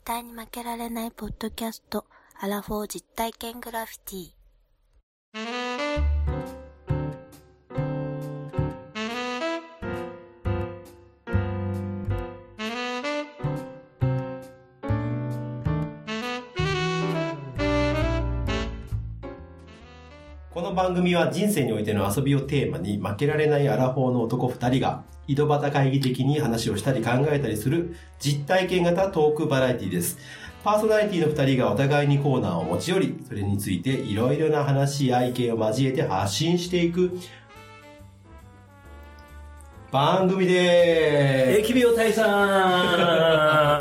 対に負けられないポッドキャスト、アラフォー実体験グラフィティ。 この番組は人生においての遊びをテーマに負けられないアラフォーの男2人が井戸端会議的に話をしたり考えたりする実体験型トークバラエティです。パーソナリティの2人がお互いにコーナーを持ち寄り、それについていろいろな話や意見を交えて発信していく番組でーす。 疫病退散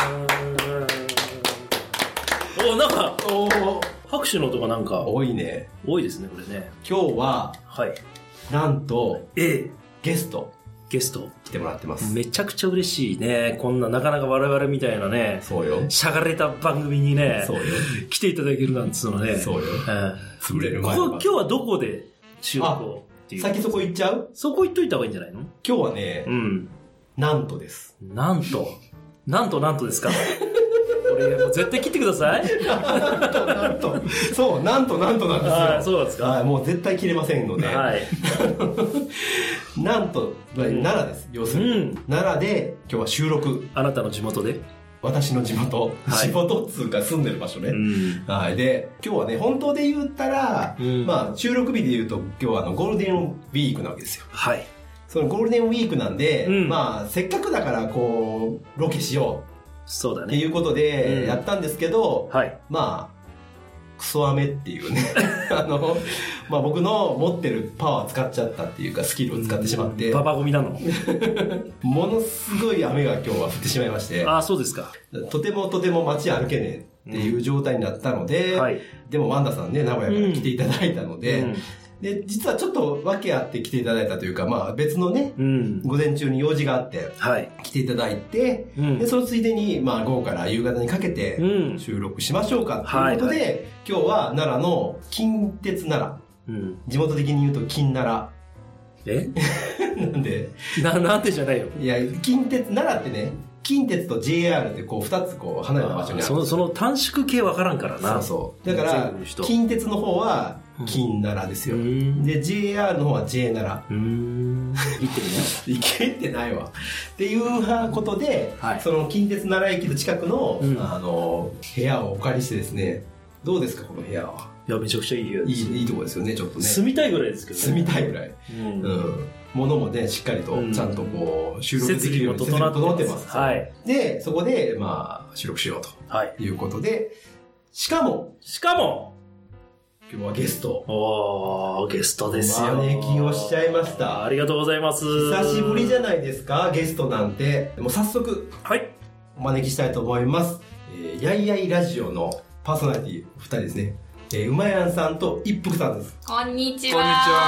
お、なんか拍手の音がなんか多いね。 多いですね、これね。 今日は、 はい。 なんと、ゲスト来てもらってます。 めちゃくちゃ嬉しいね。こんななかなか我々みたいなね、 そうよ。 しゃがれた番組にね、 そうよ。 来ていただけるなんつうのね。 そうよ。潰れる前今日はどこで収録をっていう。 先そこ行っちゃう？ そこ行っといた方がいいんじゃないの？ 今日はね、なんとです。 なんとですかこれもう絶対切ってください。 なんとそう、なんとなんですよ。 そうなんですか。 はい、もう絶対切れませんので。 はい。 なんと、奈良です。要するに、奈良で今日は収録。 あなたの地元で？ 私の地元。地元っつうか住んでる場所ね。はい。で、今日はね、本当で言ったら、まあ、収録日で言うと今日はゴールデンウィークなわけですよ。 はい。 そのゴールデンウィークなんで、まあ、せっかくだからこう、ロケしよう。 そうだね。 っていうことでやったんですけど、 はい。 まあ、クソ飴っていうね、まあ僕の持ってるパワー使っちゃったっていうか、スキルを使ってしまって。 ババゴミなのものすごい雨が今日は降ってしまいまして。 ああ、そうですか。 とても街歩けねえっていう状態になったので、 はい。 でもワンダさんね、名古屋から来ていただいたので、で、実はちょっと訳あって来ていただいたというか、まあ別のね、午前中に用事があって、来ていただいて、で、そのついでに、まあ午後から夕方にかけて収録しましょうかということで、今日は奈良の近鉄奈良、地元的に言うと近奈良。なんでなんでじゃないよ。 いや、近鉄、奈良ってね、近鉄と JR ってこう二つこう離れた場所にある。 その短縮系わからんからな。 そうそう。だから、近鉄の方は近奈良ですよ。で、JR の方は J 奈良。 行ってるね。 行けてないわ。っていうことで、その近鉄奈良駅の近くの、部屋をお借りしてですね、どうですか、この部屋は。 いや、めちゃくちゃいいよ。 いいとこですよね、ちょっとね。 住みたいぐらいですけどね。 住みたいぐらい。物もね、しっかりと、ちゃんとこう、収録できるように整ってます。はい。で、そこで、まあ、収録しようと。いうことで、しかも、今日はゲスト。 ゲストですよ。 お招きをしちゃいました。 ありがとうございます。 久しぶりじゃないですか、ゲストなんて。もう早速、お招きしたいと思います。やいやいラジオのパーソナリティ2人ですね。うまやんさんと一服さんです。 こんにち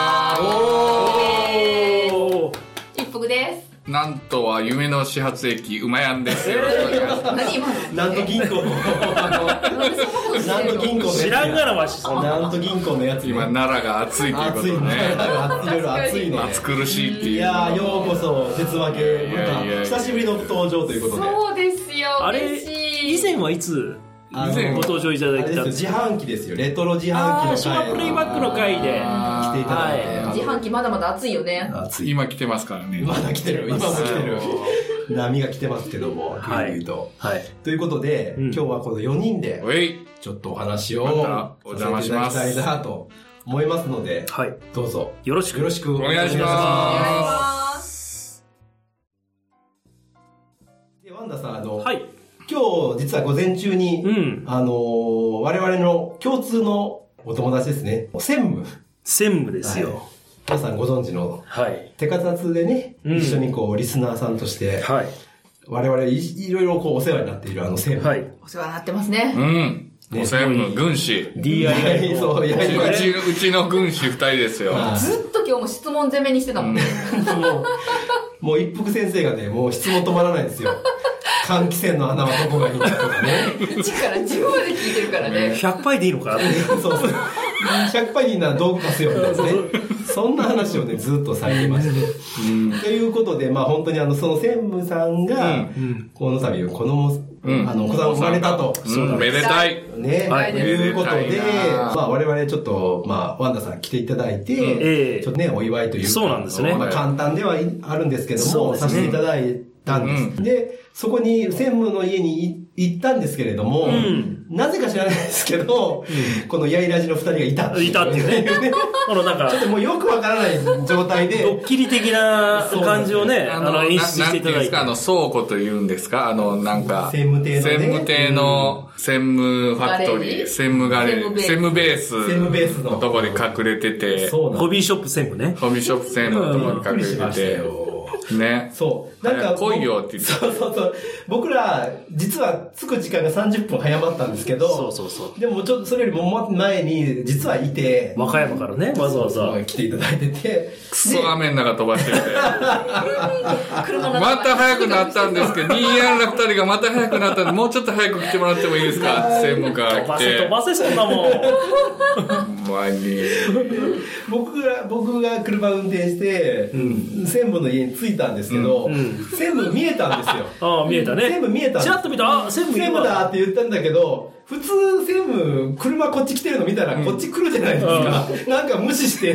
は。一服です。 なんとは夢の始発駅うまやんです。よろしくお願いします。 何今なんと銀行のなんと銀行の知らんがなわし。 なんと銀行のやつ、 今奈良が暑いということね。 いろいろ暑いね。 暑苦しいっていう。 いやようこそ節分け、また久しぶりの登場ということで。 そうですよ。 あれ以前はいつご登場いただいたんですか？自販機ですよ。レトロ自販機の回。 シュワプレイバックの回で来ていただいて。 自販機まだまだ暑いよね。 今来てますからね。 まだ来てる。今も来てる。波が来てますけども。ということで、今日はこの4人で、ちょっとお話をお邪魔します。 させていただきたいなと思いますので、どうぞよろしくお願いします。 で、ワンダさん、今日実は午前中に、我々の共通のお友達ですね。専務ですよ。皆さんご存知の、手堅つでね、一緒にこうリスナーさんとして、我々いろいろこうお世話になっている専務。 お世話になってますね。 お専務、軍師。 DIY。 そう、 うちの軍師2人ですよ。 ずっと今日も質問攻めにしてたもんね。 もう一服先生がね、もう質問止まらないですよ。換気扇の穴はどこがいいんだとかね。 1から10まで聞いてるからね。 100杯でいいのかなそう。100杯でいいなら道具貸すよみたいなね。そんな話をね、ずっとされてまして。ということで、まあ本当にその専務さんが、この度、この子さん生まれたと。 めでたい。 ね、いうことで、我々ちょっと、ワンダさん来ていただいて、ちょっとね、お祝いというか、 そうなんですね。 簡単ではあるんですけども、させていただいたんです。で、そこに専務の家に行ったんですけれども、なぜか知らないですけど、このヤイラジの二人がいたっていうね。 なんか、 ちょっともうよくわからない状態で。 ドッキリ的な感じをね、演出していただいて。 倉庫というんですかなんか、 専務亭の専務亭の専務ファクトリー、専務ガレージ、専務ベースのところに隠れてて、 ホビーショップ専務ね。 ホビーショップ専務のところに隠れてて、ね。 そう。なんか、 来いよって言って。 そう。僕ら、実は着く時間が30分早まったんですけど、でもちょっとそれよりも前に、実はいて、 和歌山からね、わざわざ来ていただいてて、 クソ雨の中飛ばしてて。また早くなったんですけど、ニーヤンら二人がまた早くなったんで、もうちょっと早く来てもらってもいいですか専務から来て。 飛ばせ、そんなもん。 前に。 僕が車運転して、専務の家に着いたんですけど、専務見えたんですよ。 ああ、見えたね。 専務見えたんです。 ちらっと見た、専務だって言ったんだけど、普通専務、車こっち来てるの見たらこっち来るじゃないですか。なんか無視して、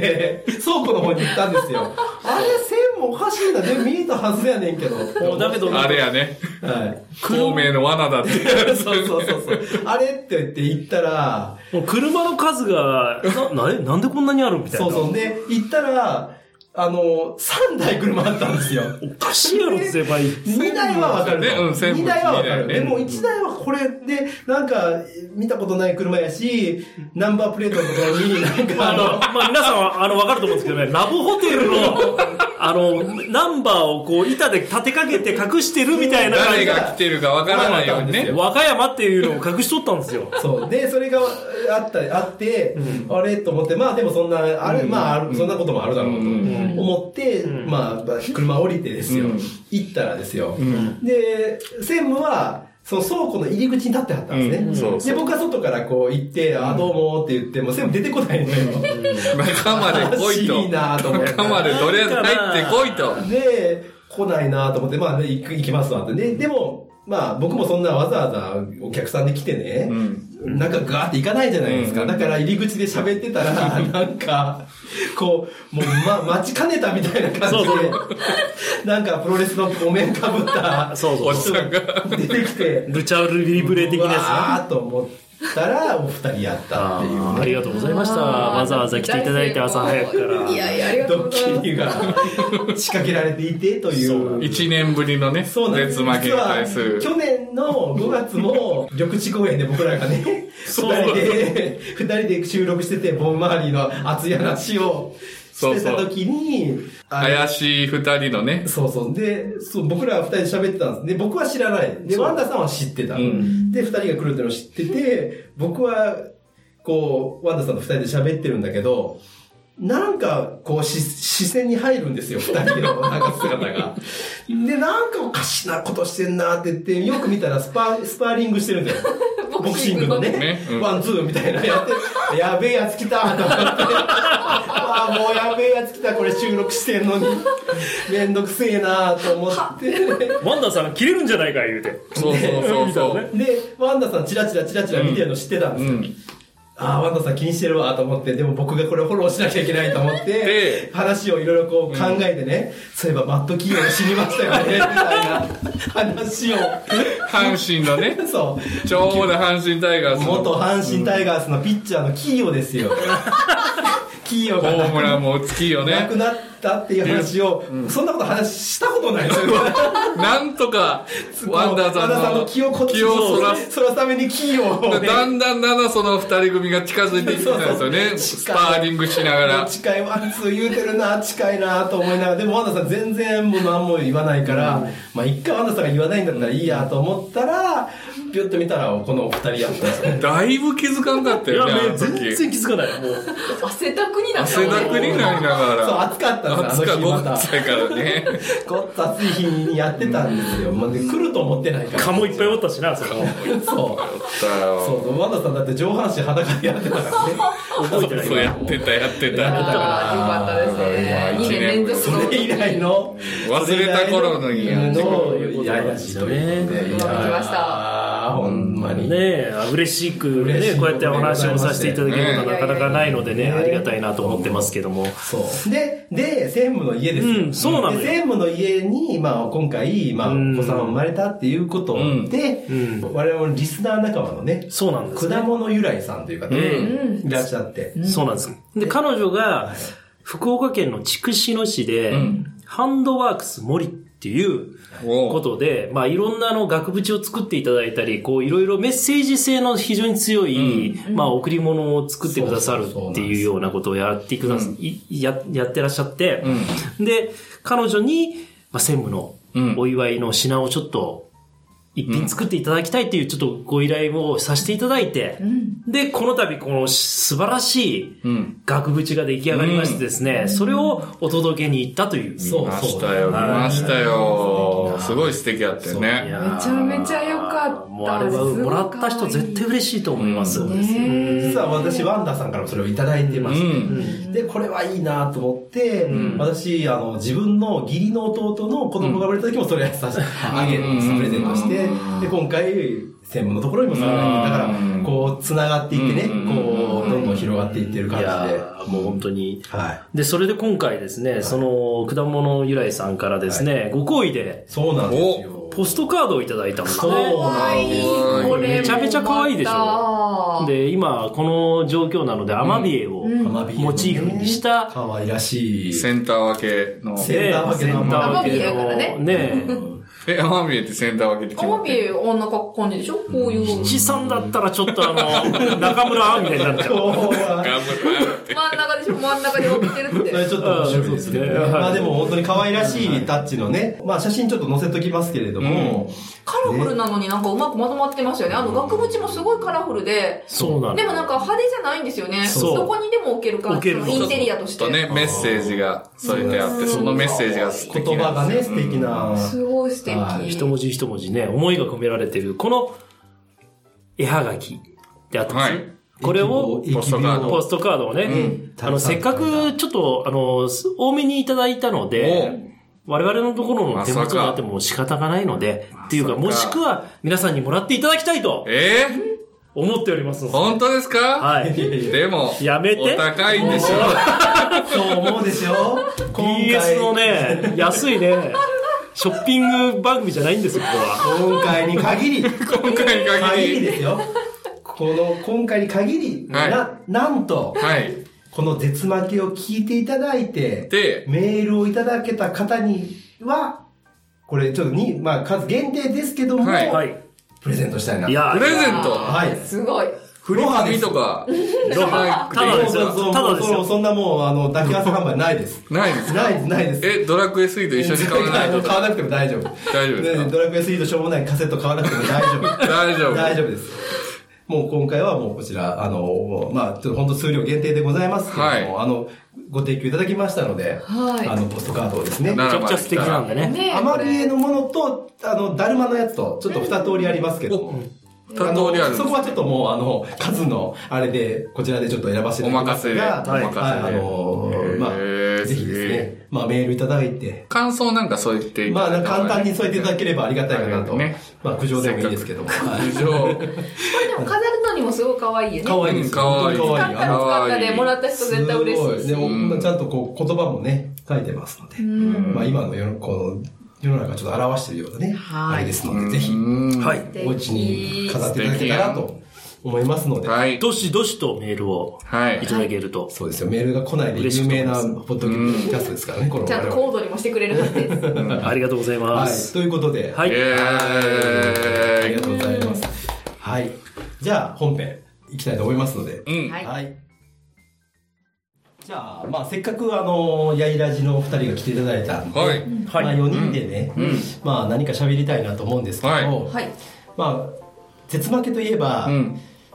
倉庫の方に行ったんですよ。あれ、専務おかしいな。でも見えたはずやねんけど。 だけど、 あれやね。 はい。 透明の罠だって。 そう。あれって言って行ったら、 もう車の数が、なんでこんなにあるみたいな。 そう。で、行ったら、3台車あったんですよ。 おかしいやろ、先輩。 2台はわかる。2台はわかる。でも1台はこれで、なんか、見たことない車やし、ナンバープレートのところに、なんか皆さんは、わかると思うんですけどね、ラブホテルの、ナンバーをこう、板で立てかけて隠してるみたいな感じ。 誰が来てるかわからないようにね。 和歌山っていうのを隠しとったんですよ。 そう。で、それがあって、あれと思って、でもそんな、そんなこともあるだろうと思って、車降りてですよ。行ったらですよ。で、専務は、その倉庫の入り口に立ってはったんですね。で、僕は外からこう行って、どうもって言っても、専務出てこないのよ。 中まで来いと。 いいなと思って。 中までとりあえず入ってこいと。 で、来ないなと思って、行きますわって。でも、僕もそんなわざわざお客さんで来てね、なんかガーって行かないじゃないですか。だから入り口で喋ってたら、なんか、こう、もう待ちかねたみたいな感じで、なんかプロレスのお面かぶった人が出てきて、 ルチャリブレ的なやつ。 あーと思ったら、お二人やったっていう、 ありがとうございました。わざわざ来ていただいて朝早くから。 いや、ありがとうございます。 ドッキリが仕掛けられていてという。 1年ぶりのね、 そうなんです。 絶負けに対する。 去年の5月も、緑地公園で僕らがね、二人で収録してて、ボンマーリーの熱い話をしてた時に、 怪しい二人のね。 で、僕らは二人で喋ってたんです。で、僕は知らない。で、ワンダさんは知ってた。で、二人が来るっていうのを知ってて、僕は、こう、ワンダさんと二人で喋ってるんだけど、なんか、こう、視線に入るんですよ、二人のなんか姿が。で、なんかおかしなことしてんなって言って、よく見たらスパーリングしてるんだよ。ボクシングのね、ワンツーみたいなやって、やべえやつ来たと思って、もうやべえやつ来た、これ収録してんのに、めんどくせえなと思って。 ワンダさん切れるんじゃないか言うて。 そう。 で、ワンダさんチラチラ見てるの知ってたんですよ。ワンダさん気にしてるわと思って、でも僕がこれフォローしなきゃいけないと思って、話をいろいろこう考えてね、そういえばマットキーを死にましたよね、みたいな話を。 阪神のね、 そう。 ちょうど阪神タイガース。 元阪神タイガースのピッチャーのキーヨですよ。キーヨがホームランも打つキーヨね。 亡くなったっていう話を、そんなことしたことないですよ。 なんとか、ワンダーさんの気をそらすためにキーを。 だんだんその二人組が近づいてきてたんですよね。スパーリングしながら。 近いワンツー言うてるな、近いなと思いながら、でもワンダーさん全然もう何も言わないから、一回ワンダーさんが言わないんだったらいいやと思ったら、ピュッと見たらこの二人やったんですよ。 だいぶ気づかんかったよね。 全然気づかない。もう。 汗だくくになった汗だくになりながら。 そう、暑かったんですよ、 ごっついからね。 ごっつ暑い日にやってたんですよ。まあ、来ると思ってないから。 蚊もいっぱいおったしな、それは。 そう、和田さんだって上半身裸でやってたからね。 覚えてない。 そう、やってた。 よかったですね。2年連続それ以来の忘れた頃のいやらしいということで。 来ました。 ほんまに。 ね嬉しくね、こうやってお話をさせていただけることはなかなかないのでね、ありがたいなと思ってますけども。 そう。で、専務の家ですよ。 そうなのよ。 専務の家に、まあ今回、まあお子さんが生まれたっていうことで、我々のリスナー仲間のね、 そうなんです。 果物由来さんという方いらっしゃって。 そうなんです。で、彼女が、福岡県の筑紫野市で、ハンドワークス森っていうことで、まあいろんな額縁を作っていただいたり、こういろいろメッセージ性の非常に強い、まあ贈り物を作ってくださるっていうようなことをやってらっしゃって、で、彼女に、まあ専務のお祝いの品をちょっと一品作っていただきたいっていうちょっとご依頼をさせていただいて、で、この度この素晴らしい額縁が出来上がりましてですね、それをお届けに行ったという。 見ましたよ。すごい素敵だったよね。 めちゃめちゃ良かった。 もうあれはもらった人絶対嬉しいと思います。 実は私、ワンダさんからもそれをいただいてまして、で、これはいいなと思って、私、自分の義理の弟の子供が生まれた時もそれあげるんです、プレゼントして、で、今回、専務のところにもそれがだから、こう、繋がっていってね、こう、どんどん広がっていってる感じで。 もう本当に。 はい。 で、それで今回ですね、その、果物由来さんからですね、ご好意で。 そうなんですよ。 ポストカードをいただいたんですね。 そうなんです。これめちゃめちゃ可愛いでしょ。で、今、この状況なので、アマビエをモチーフにした。 可愛らしい。 センター分けの。 センター分けのアマビエやからね。 ねアマビエってセンター分けってアマビエあんな感じでしょこういう。 七三だったらちょっと中村みたいになっちゃう。 真ん中でしょ真ん中で起きてるって。 それちょっと面白いですね。まあでも本当に可愛らしいタッチのね、まあ写真ちょっと載せときますけれども。 カラフルなのになんかうまくまとまってますよね。額縁もすごいカラフルで。 そうなんでもなんか派手じゃないんですよね。どこにでも置ける感じ。インテリアとして。 ね、メッセージが添えてあって、そのメッセージが素敵な。 言葉がね、素敵な。 すごい素敵。 一文字一文字ね、思いが込められている、この絵はがきであってます。これを、ポストカードをね、せっかくちょっと、多めにいただいたので、我々のところの手元にあっても仕方がないので、っていうか、もしくは皆さんにもらっていただきたいと。思っております。 本当ですか？ はい。 でも、 やめて。 お高いんでしょ。 そう思うでしょ。 BS のね、安いね、ショッピング番組じゃないんですよ、ここは。今回に限り。 今回に限りですよ。今回に限り、なんと、この絶負けを聞いていただいて、メールをいただけた方には、これちょっとまあ数限定ですけども、プレゼントしたいな。 いや、プレゼント。 はい。 すごい。 フロハミとか。 ただですよ。ただですよ。 そんなもう、抱き合わせ販売ないです。 ないですか？ ないです。 ドラクエスイート一緒に買わないと。 買わなくても大丈夫。 大丈夫ですか？ ドラクエスイートしょうもないカセット買わなくても大丈夫。大丈夫です。もう今回はもうこちら、まあちょっと本当数量限定でございますけれども、ご提供いただきましたので、ポストカードをですね。 めちゃくちゃ素敵なんでね。 アマビエのものと、だるまのやつと、ちょっと二通りありますけど、そこはちょっともう、数の、あれで、こちらでちょっと選ばせていただきますが、まあ、ぜひですね、まあ、メールいただいて。 感想なんか添えてまあ、簡単に添えていただければありがたいかなと。まあ、苦情でもいいですけども。 苦情。 これでも飾るのにもすごい可愛いよね。 可愛いです。 可愛い。 使ったでもらった人絶対嬉しい。 でも、ちゃんとこう、言葉もね、書いてますので、まあ、今の世の中ちょっと表しているようなね、あれですので、ぜひ、お家に飾っていただけたらと思いますので、 どしどしとメールをいただけると。 そうですよ、メールが来ないで有名なポッドキャストですからね、 ちゃんとコードにもしてくれるはずです。 ありがとうございます。 ということで、 はい。 ありがとうございます。はい。じゃあ、本編いきたいと思いますので、はい。じゃあ、まあ、せっかくヤイラジのお二人が来ていただいたんで、まあ、4人でね、まあ、何か喋りたいなと思うんですけど、まあ、絶負けといえば、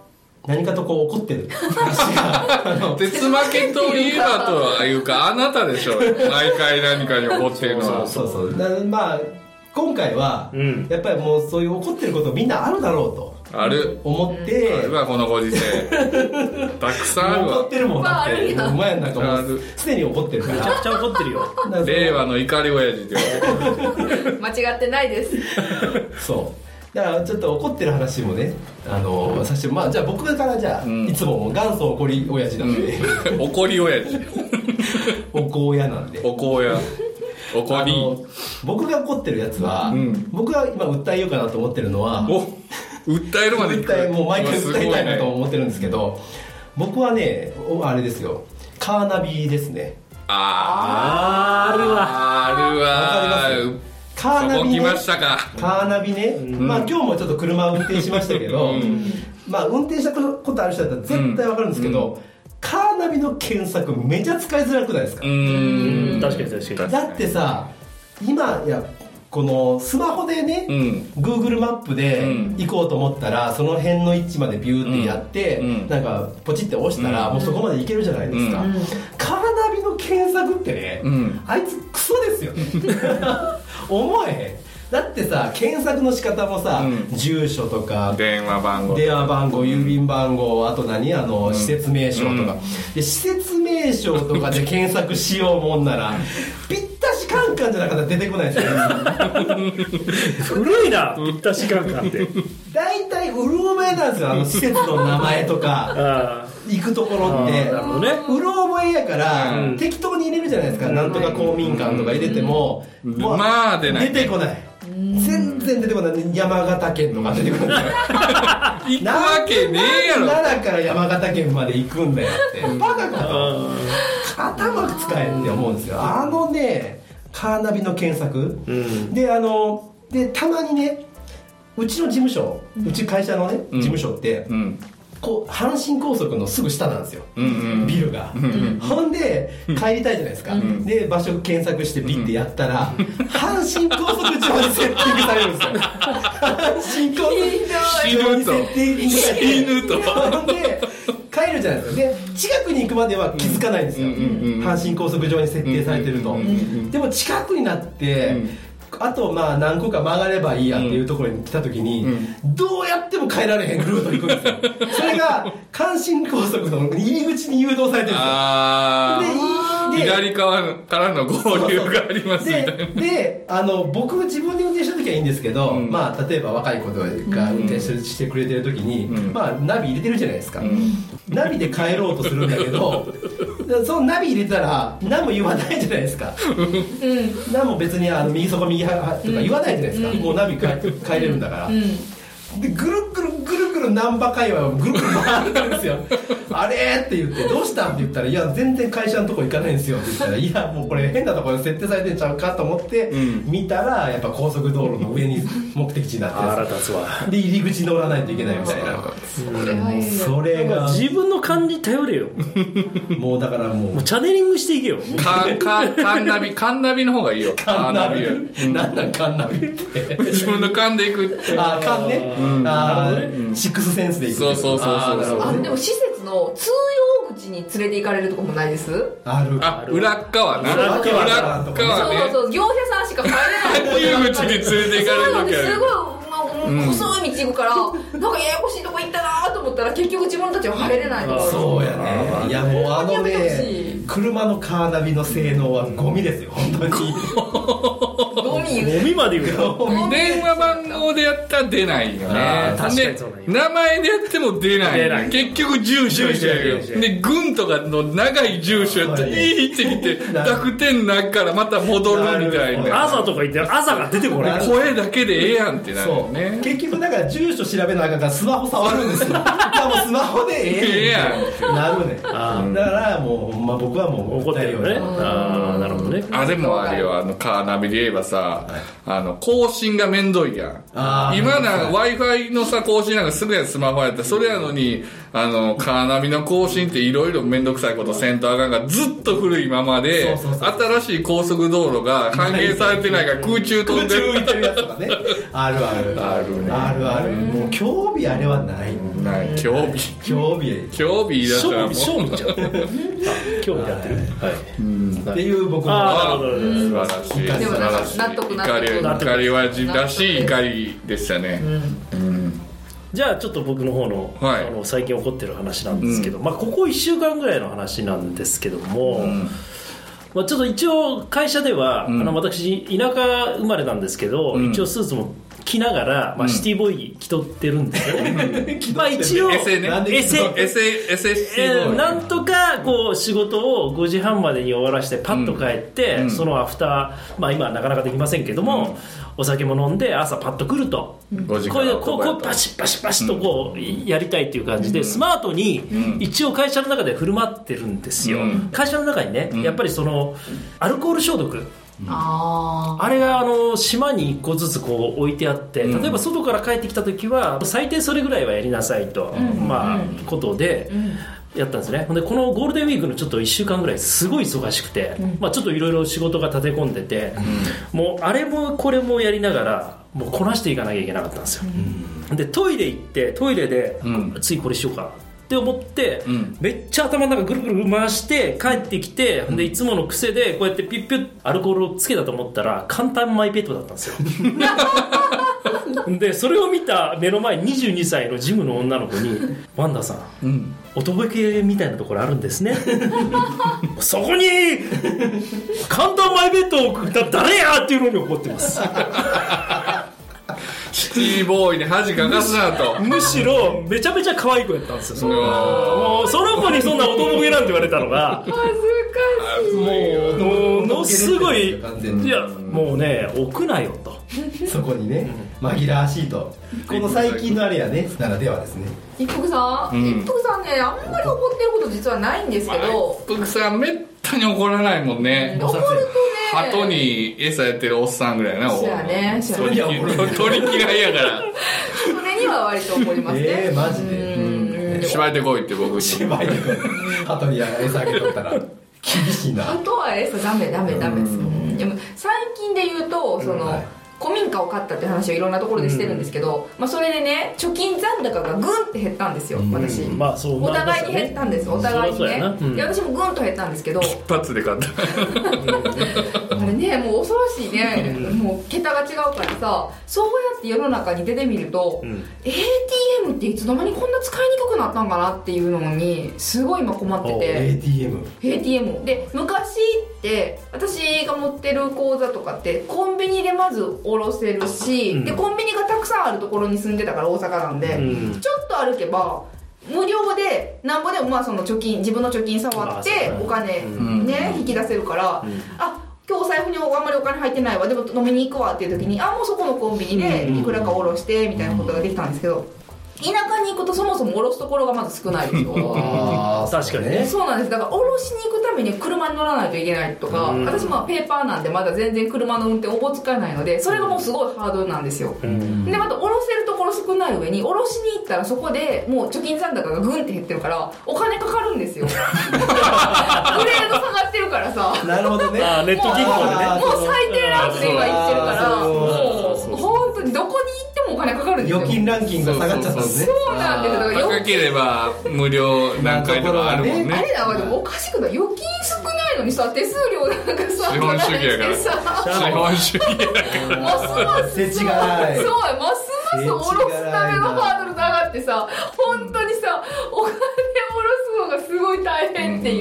何かとこう怒ってる話が鉄負けといえばというかあなたでしょ毎回何かに怒ってるのは。 そうまあ今回は、やっぱりもうそういう怒ってることみんなあるだろうとある思って、 あるわこのご時世たくさんあるわ。 怒ってるもんだってお前なんかもうすでに怒ってるからめちゃくちゃ怒ってるよ令和の怒り親父って間違ってないですそうだからちょっと怒ってる話もねさせてまあじゃあ僕からじゃあ、いつも元祖怒り親父なんで怒り親父おこ親なんでおこ親怒り僕が怒ってるやつは、僕が今訴えようかなと思ってるのは訴えるまでもう毎回訴えたいなと思ってるんですけど、僕はねあれですよカーナビですね。 あるわわかりますカーナビね、 来ましたかカーナビね、まあ今日もちょっと車を運転しましたけど、まあ運転したことある人だったら絶対わかるんですけど、カーナビの検索めちゃ使いづらくないですか？ 確かにだってさ今このスマホでね、Google マップで行こうと思ったら、その辺の位置までビューってやって、なんかポチって押したら、もうそこまで行けるじゃないですか。カーナビの検索ってね、あいつクソですよね思えへん。だってさ検索の仕方もさ、住所とか電話番号郵便番号あと施設名称とか、で施設名称とかで検索しようもんならぴったしカンカンじゃなかったら出てこないですよ古いなぴったしカンカンって大体うる覚えなんですよ施設の名前とか行くところってうろ覚えやから、適当に入れるじゃないですか、なんとか公民館とか入れても、 まあ出てこない全然出てこない。山形県とか出てこない行くわけねえやろ。 奈良から山形県まで行くんだよってバカかと頭使えって思うんですよ。カーナビの検索、でたまにねうちの事務所、うち会社のね事務所って、こう阪神高速のすぐ下なんですよ、ビルが、ほんで帰りたいじゃないですか、で場所検索してビッてやったら、阪神高速上にセッティングされるんですよ阪神高速上にセッティングされてほんで帰るじゃないですか。で近くに行くまでは気づかないんですよ、阪神高速上に設定されてると、でも近くになって、あとまあ何個か曲がればいいやっていうところに来た時に、どうやっても変えられへんルート行くんですよそれが阪神高速の入り口に誘導されてるんですよ。 左側からの合流がありますみたいな。 で僕自分で運転した時はいいんですけど、まあ例えば若い子が運転してくれてる時に、まあナビ入れてるじゃないですか、ナビで帰ろうとするんだけどそのナビ入れたら何も言わないじゃないですか、何も別に右そこ右派とか言わないじゃないですか、もうナビ帰れるんだから、でぐるぐる難波界隈をぐるぐる回るんですよあれって言ってどうしたんって言ったら、いや全然会社のとこ行かないんですよって言ったら、いやもうこれ変なところに設定されてんちゃうかと思って見たら、やっぱ高速道路の上に目的地になってる腹立つわ。 で入り口乗らないといけないみたいな、それが自分の勘に頼れよもうだからもうチャネリングしていけよ。 カンナビの方がいいよ。 カンナビなんなんカンナビって自分の勘で行く。 勘ね、シックスセンスで行く。 そうでも施設の通用口に連れて行かれるとこもないです？ 裏っ側な。 裏っ側ね。 そう業者さんしか入れない入り口に連れて行かれる時ある。 すごい細い道行くから、なんかややこしいとこ行ったなと思ったら結局自分たちは入れないとか。 そうやね。いやもう車のカーナビの性能はゴミですよ本当にゴミまで言うよ。 電話番号でやったら出ないよね。 確かにそうだね。 名前でやっても出ない。結局住所しちゃうよ。で軍とかの長い住所やったらいいってきて濁点なっからまた戻るみたいな。 朝とか言って朝が出てこない。 声だけでええやんってなるよね。 結局だから住所調べなあかんからスマホ触るんですよ。もうスマホでええやんってなるね。だからもう僕はもう怒ってるよね。なるほどね。 でもあれよカーナビで言えばさ、更新がめんどいやん。今なんか Wi-Fi のさ更新なんかすぐやんスマホやったら、それやのにカーナビの更新っていろいろめんどくさいことせんとあかんがずっと古いままで、新しい高速道路が歓迎されてないから空中飛んでるやつとかね。あるね。もう興味あれはない。 興味言い出したらもう興味ちゃう興味やってるっていう僕の素晴らしいでも納得怒りはらしい怒りでしたね。 じゃあちょっと僕の方の、最近起こってる話なんですけど、ここ1週間ぐらいの話なんですけども、ちょっと一応会社では、私田舎生まれなんですけど、一応スーツも着ながら、シティボーイ着とってるんですよね。一応エセなんとかこう仕事を5時半までに終わらしてパッと帰って、そのアフター、今はなかなかできませんけども、お酒も飲んで朝パッと来ると、こうパシッパシッパシッとこうやりたいっていう感じで、スマートに一応会社の中で振る舞ってるんですよ。会社の中にね、やっぱりそのアルコール消毒、あれが島に1個ずつこう置いてあって、例えば外から帰ってきた時は最低それぐらいはやりなさいと、ことでやったんですね。でこのゴールデンウィークのちょっと1週間ぐらいすごい忙しくて、ちょっといろいろ仕事が立て込んでて、もうあれもこれもやりながらもうこなしていかなきゃいけなかったんですよ。でトイレ行ってトイレで、次これしようかって思って、めっちゃ頭の中ぐるぐる回して帰ってきて、でいつもの癖でこうやってピュッピュッアルコールをつけたと思ったら簡単マイペットだったんですよ。でそれを見た目の前22歳のジムの女の子に「ワンダさん、おとぼけみたいなところあるんですね」そこに簡単マイペットを誰やっていうのに怒ってます。 シティボーイに恥かかすなと。 むしろめちゃめちゃ可愛い子やったんですよ。もうその子にそんなおとぼけなんて言われたのが恥ずかしい。 もうすごい、いやもうね置くなよと、 そこにね紛らわしいと、この最近のあれやねならではですね。 一服さんね、あんまり怒ってること実はないんですけど、 一服さんめったに怒らないもんね。 怒るとね、 鳩に餌やってるおっさんぐらいな。 そうやね、 鳥嫌いやからそれには割と怒りますね。 マジで芝居で来いって僕に芝居で来い、鳩に餌あげとったら厳しいな。 鳩は餌ダメです。でも最近で言うとその、古民家を買ったって話をいろんなところでしてるんですけど、それでね貯金残高がグンって減ったんですよ、私。お互いに減ったんです、お互いにね。で私もグンと減ったんですけど、 一発で買ったあれね、もう恐ろしいね。もう桁が違うからさ、そうやって世の中に出てみると、ATM っていつの間にこんな使いにくくなったんかなっていうのにすごい今困ってて。ATM で、昔って私が持ってる口座とかってコンビニでまず下ろせるし、でコンビニがたくさんあるところに住んでたから大阪なんで、ちょっと歩けば無料でなんぼでもその貯金、自分の貯金触ってお金ね、引き出せるから、今日お財布にあんまりお金入ってないわ、でも飲みに行くわっていう時にもうそこのコンビニでいくらか下ろしてみたいなことができたんですけど、田舎に行くとそもそも下ろすところがまず少ないですよ。 確かにね。 そうなんです。だから下ろしに行くために車に乗らないといけないとか、私もペーパーなんでまだ全然車の運転おぼつかないので、それがもうすごいハードルなんですよ。でまた下ろせるところ少ない上に下ろしに行ったらそこでもう貯金残高がグンって減ってるからお金かかるんですよ。グレード下がってるからさ。 なるほどね。 ネット銀行でね。 もう最低ランクで今行ってるから、もう本当にどこに行ってもお金かかるんですよ。 預金ランキングが下がっちゃったんですね。 そうなんです。だから高ければ無料何回とかあるもんね。 あれだ、でもおかしくない。預金少ないのにさ、手数料なんかさ、 資本主義やから。資本主義やから。 ますます世知がない。 そう、ますます下ろすためのハードルが上がってさ、本当にさ、お金下ろすのがすごい大変っていう、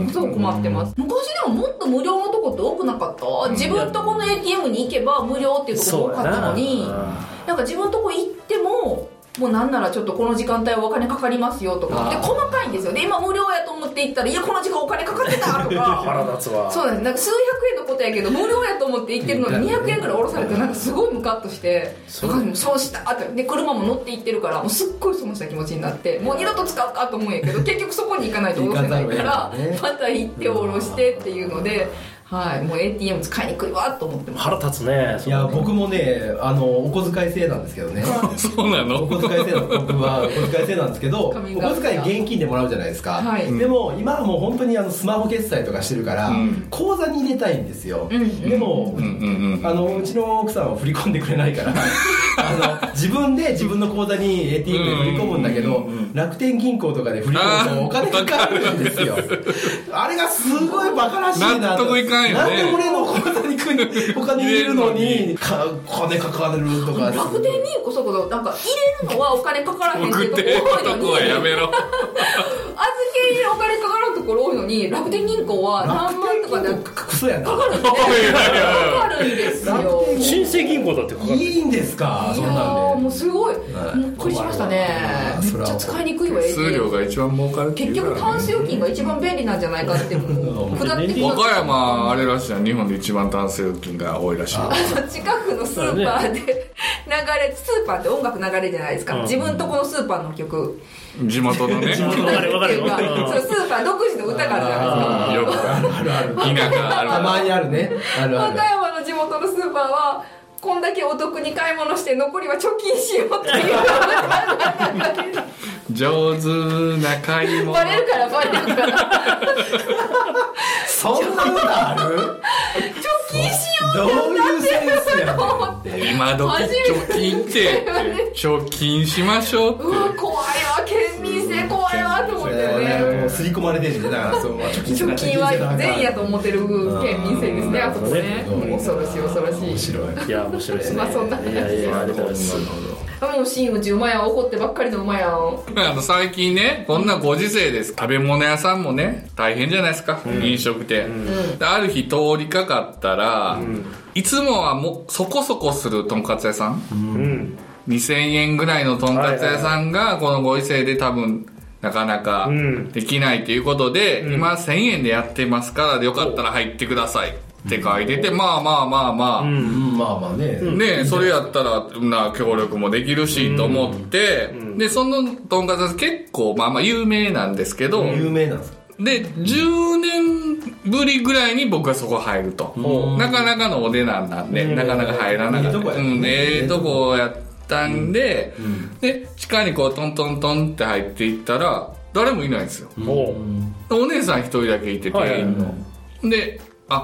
そう困ってます。昔でももっと無料のとこって多くなかった？自分とこの ATM に行けば無料っていうところ多かったのに、なんか自分とこ行っても、もうなんならちょっとこの時間帯はお金かかりますよとかで細かいんですよ。で今無料やと思って行ったら、いやこの時間お金かかってたとか腹立つわ。 そうなんです。なんか数百円のことやけど無料やと思って行ってるのに200円くらい下ろされて、なんかすごいムカッとして、そうしたって。で車も乗って行ってるからもうすっごい損した気持ちになって、もう二度と使うかと思うんやけど結局そこに行かないと下ろせないからまた行って下ろしてっていうので、 はい、もう ATM 使いにくいわと思ってます。 腹立つね。 いや僕もねお小遣い制なんですけどねそうなの？ お小遣い制なんです。僕はお小遣い制なんですけどお小遣い現金でもらうじゃないですか、 はい、 でも今はもう本当にスマホ決済とかしてるから、口座に入れたいんですよ、でも、うちの奥さんは振り込んでくれないから自分で自分の口座に ATM で振り込むんだけど、楽天銀行とかで振り込むとお金かかるんですよあれがすごいバカらしいなと。 納得いかんよね。 なんで俺の口座にお金入れるのに金かかるとか。 楽天銀行そこなんか入れるのはお金かからへんけど送ってとこはやめろ預け入れお金かからんところ多いのに楽天銀行は何万とかでクソやなかかるんでかかるんですよ。 新生銀行だってかかる。 いいんですかそんなんで。 もうすごいびっくりしましたね。めっちゃ使いにくいわ。 数量が一番儲かるっていうから、 結局タンス預金が一番便利なんじゃないかってもう下ってくる。 和歌山あれらしいな、日本で一番タンス預金が多いらしい。 近くのスーパーでスーパーって音楽流れるじゃないですか、自分とこのスーパーの曲、 地元のねわかるわかるわかる。 そうスーパー独自の歌があるじゃないですか。 よく田舎あるたまにあるね。あるある。 和歌山の地元のスーパーはこんだけお得に買い物して残りは貯金しようっていう上手な買い物。 バレるからそんな歌ある？ 貯金しようどういうセンスやねん。 今時貯金って貯金しましょうって。 うわ怖いわ、県民性怖いわと思ってね。 もう刷り込まれてるんで、だからそう貯金は善やと思ってる県民性ですね、あそこね。恐ろしい恐ろしい。 面白い。 いや面白いですね。 まあそんな話です。 いやありがとうございます。 もう真打ち馬やん、怒ってばっかりの馬やん。 最近ね、こんなご時世です。食べ物屋さんもね、大変じゃないですか、飲食店。である日通りかかったら、いつもはもうそこそこするとんかつ屋さん、2000円ぐらいのとんかつ屋さんがこのご時世で多分なかなかできないということで、今1000円でやってますからよかったら入ってくださいって書いてて、まあまあまあまあ、 まあまあね。 ね、それやったらな協力もできるしと思って、でそのとんかつ屋さん結構まあまあ有名なんですけど、 有名なんですか。 で10年ぶりぐらいに僕はそこ入ると、なかなかのお値段なんで、なかなか入らなかった。とこやったんで、で地下にこうトントントンって入っていったら誰もいないんですよ。お姉さん一人だけいて店員の。で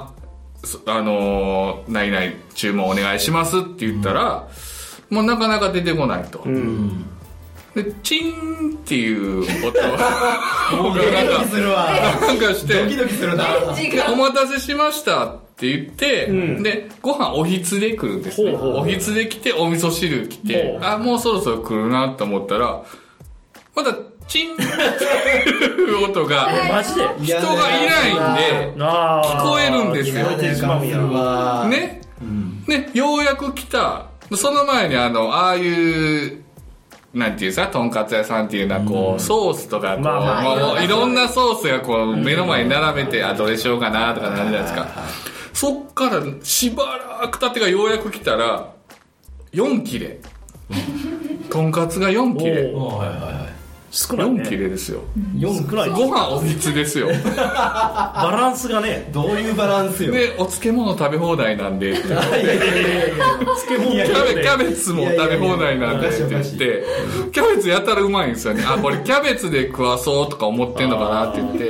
何々注文お願いしますって言ったら、もうなかなか出てこないと。でチンっていう音がドキドキするわ。 なんかしてドキドキするな。 お待たせしましたって言って、でご飯おひつで来るんですね。おひつで来てお味噌汁来て、もうそろそろ来るなと思ったらまたチンっていう音がマジで人がいないんで聞こえるんですよね。でようやく来た。その前にああいうなんていうさ、とんかつ屋さんっていうのはこう、ソースとかこう、いろんなソースがこう目の前に並べて、どれしようかなとかなるじゃないですか。そっからしばらく経ってからようやく来たら4切れとんかつが4切れ、 少ないね。 4切れですよ。 少ない。 ご飯おひつですよ。 バランスがね。 どういうバランスよ。 でお漬物食べ放題なんで、 漬物キャベツも食べ放題なんでって言って、キャベツやたらうまいんですよね。これキャベツで食わそうとか思ってんのかなって言って、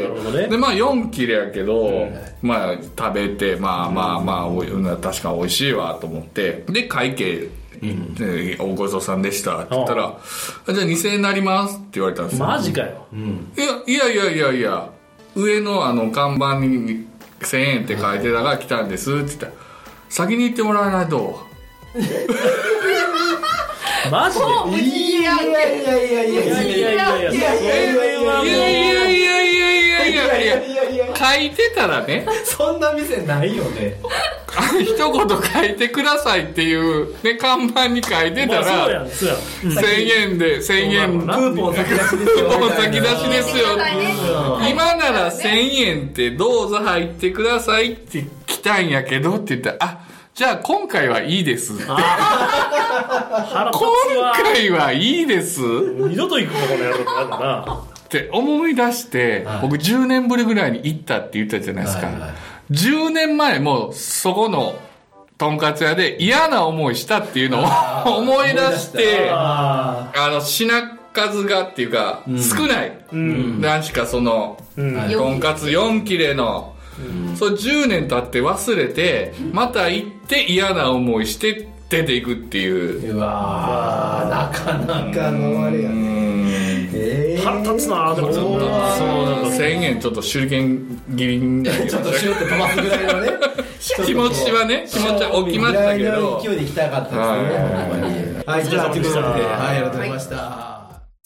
でまあ4切れやけど、まあ食べてまあ確かに美味しいわと思って、で会計おごちそうさんでしたって言ったら、じゃあ2000円になりますって言われたんですよ。 マジかよ。 いや上の看板に1000円って書いてたから来たんですって言ったら、先に行ってもらわないと。 マジで。 いや書いてたらね、 そんな店ないよね。 一言書いてくださいっていうね、看板に書いてたら、1000円で1000円クーポン先出しですよ。 クーポン先出しですよ。今なら1000円ってどうぞ入ってくださいって来たんやけどって言ったら、じゃあ今回はいいですって。今回はいいです。 二度と行くかこの野郎ってなんだな。 って思い出して、僕10年ぶりぐらいに行ったって言ったじゃないですか。 10年前もそこのとんかつ屋で嫌な思いしたっていうのを思い出して、品数がっていうか、少ない。何しかその、とんかつ4切れの、それ10年経って忘れて、また行って嫌な思いして出ていくっていう。 うわー、なかなかのあれやね。 腹立つな。でもそう1000円ちょっと手裏剣切りにちょっとシューって飛ばすぐらいのね気持ちはね、気持ちは起きましたけど、 勢いで行きたかったですね。はい、じゃあということで、はい、ありがとうございました。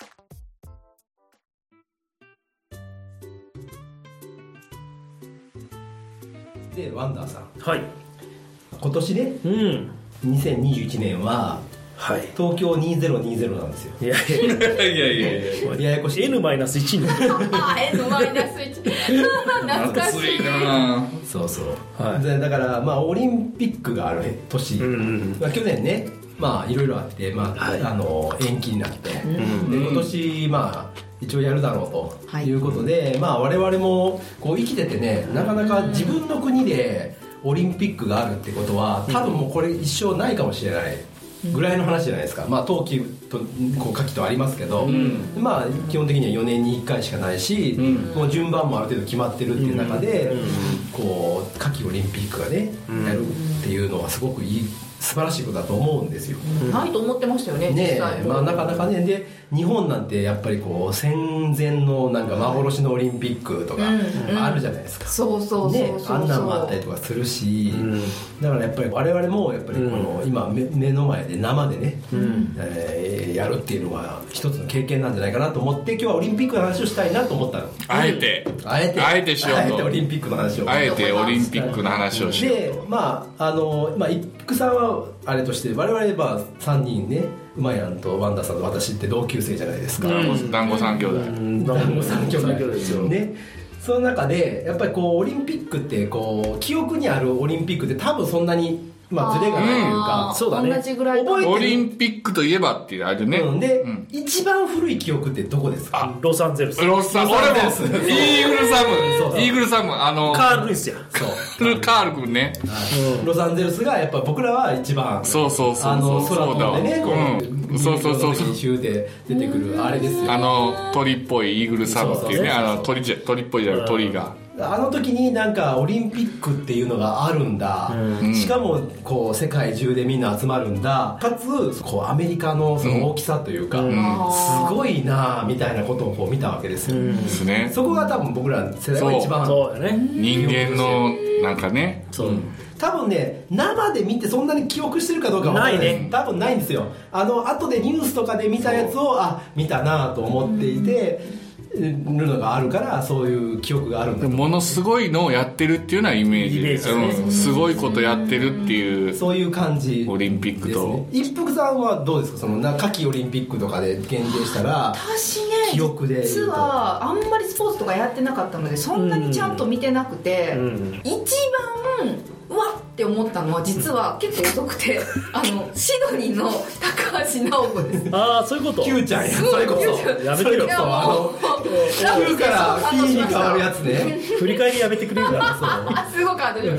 で、ワンダーさん、 はい、 今年ね、2021年は東京2020なんですよ。 いやややこしい。 N-1 N-1 懐かしいな。そうそう、だからまあオリンピックがある年、去年ね、まあいろいろあって、まあ延期になって、で今年まあ一応やるだろうということで、まあ我々もこう生きててね、なかなか自分の国でオリンピックがあるってことは多分もうこれ一生ないかもしれないぐらいの話じゃないですか。まあ冬季とこう夏季とありますけど、まあ基本的には4年に1回しかないし、もう順番もある程度決まってるっていう中で、こう夏季オリンピックがねやるっていうのはすごく素晴らしいことだと思うんですよ。 ないと思ってましたよね、実際。 まあなかなかね、で日本なんてやっぱりこう戦前のなんか幻のオリンピックとかあるじゃないですか。 そうね、あんなんもあったりとかするし、だからやっぱり我々もやっぱりこの今目の前で生でね、やるっていうのは一つの経験なんじゃないかなと思って、今日はオリンピックの話をしたいなと思ったの。 あえてしようと。 あえてオリンピックの話を。 あえてオリンピックの話をしようと。 で、まあ一服さんはあれとして、我々は3人ね、馬やんとワンダさんと私って同級生じゃないですか。 団子三兄弟。 団子三兄弟ですよね。その中でやっぱりこうオリンピックってこう記憶にあるオリンピックって多分そんなにまあズレがないというか、 そうだね。 同じぐらい覚えてる。 オリンピックといえばっていうあれね。 で、一番古い記憶ってどこですか？ ロサンゼルス。 俺もイーグルサム。イーグルサム、 カール・ルイスや。 そう。カール君ね。 ロサンゼルスがやっぱ僕らは一番。 そう。 空飛んでね、 そう。 シューで出てくるあれですよ。 鳥っぽいイーグルサムっていうね、鳥っぽいじゃない鳥が。 あの時になんかオリンピックっていうのがあるんだ、しかもこう世界中でみんな集まるんだ、かつこうアメリカのその大きさというか、すごいなみたいなことをこう見たわけですよ、 ですね。 そこが多分僕ら世代が一番そうだね、 人間のなんかね、 多分ね、生で見てそんなに記憶してるかどうかはないね、 多分ないんですよ。後でニュースとかで見たやつを見たなと思っていてるのがあるから、そういう記憶があるんだと。 ものすごいのをやってるっていうのはイメージですね。すごいことやってるっていう、 そういう感じ、 オリンピックと。 一服さんはどうですか、その夏季オリンピックとかで限定したら。 私ね、 記憶で実はあんまりスポーツとかやってなかったので、そんなにちゃんと見てなくて、一番うわって思ったのは実は結構遅くてシドニーの高橋尚子です。 ああ、そういうこと。 Q ちゃんや、それこそやめてよ。 Q から P に変わるやつね。 振り返りやめてくれるから。 すごかった。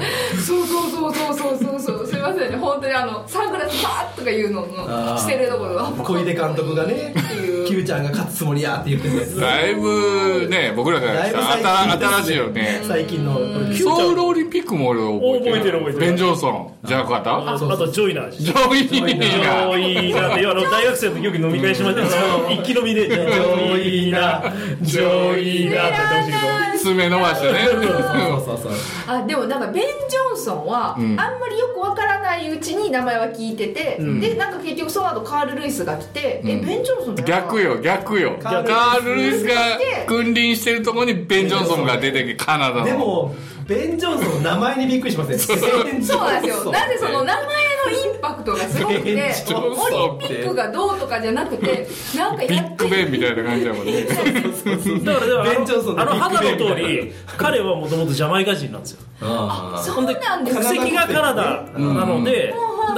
そうすいませんね、本当にサングラスバーッとかいうのしてるところが小出監督がね、Q ちゃんが勝つつもりやって言ってて、 だいぶね、僕らからしたら新しいよね。 最近のソウルオリンピックも俺覚えてる。ベン・ジョンソンじゃなかった？ あとジョイナー。 ジョイナーって大学生の時よく飲み会しましたけど、一気飲みでジョイナーって言ってほしいけど、 爪伸ばしてね。 そう。でもなんかベン・ジョンソンはあんまりよくわからないうちに名前は聞いてて、でなんか結局その後カール・ルイスが来て、ベン・ジョンソンって逆よ。カール・ルイスが君臨してるところにベン・ジョンソンが出てきて、カナダの。 でもベン・ジョンソンの名前にびっくりしません？ そうなんですよ。なんでその名前のインパクトがすごくて、オリンピックがどうとかじゃなくて、なんかビッグベンみたいな感じだもんね。 だからベン・ジョンソンの肌の通り、彼はもともとジャマイカ人なんですよ。 そうなんです。 国籍がカナダなので、だ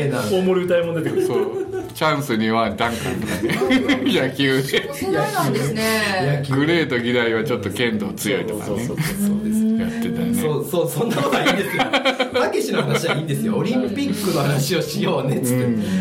麗な大森歌いも出てくる。 そうチャンスにはダンカンとかね野球で世代なんですね。 グレーと議題はちょっと剣道強いとかねやってたね。 そうそんなことはいいんですよ。たけしの話はいいんですよ。オリンピックの話をしようねっつって、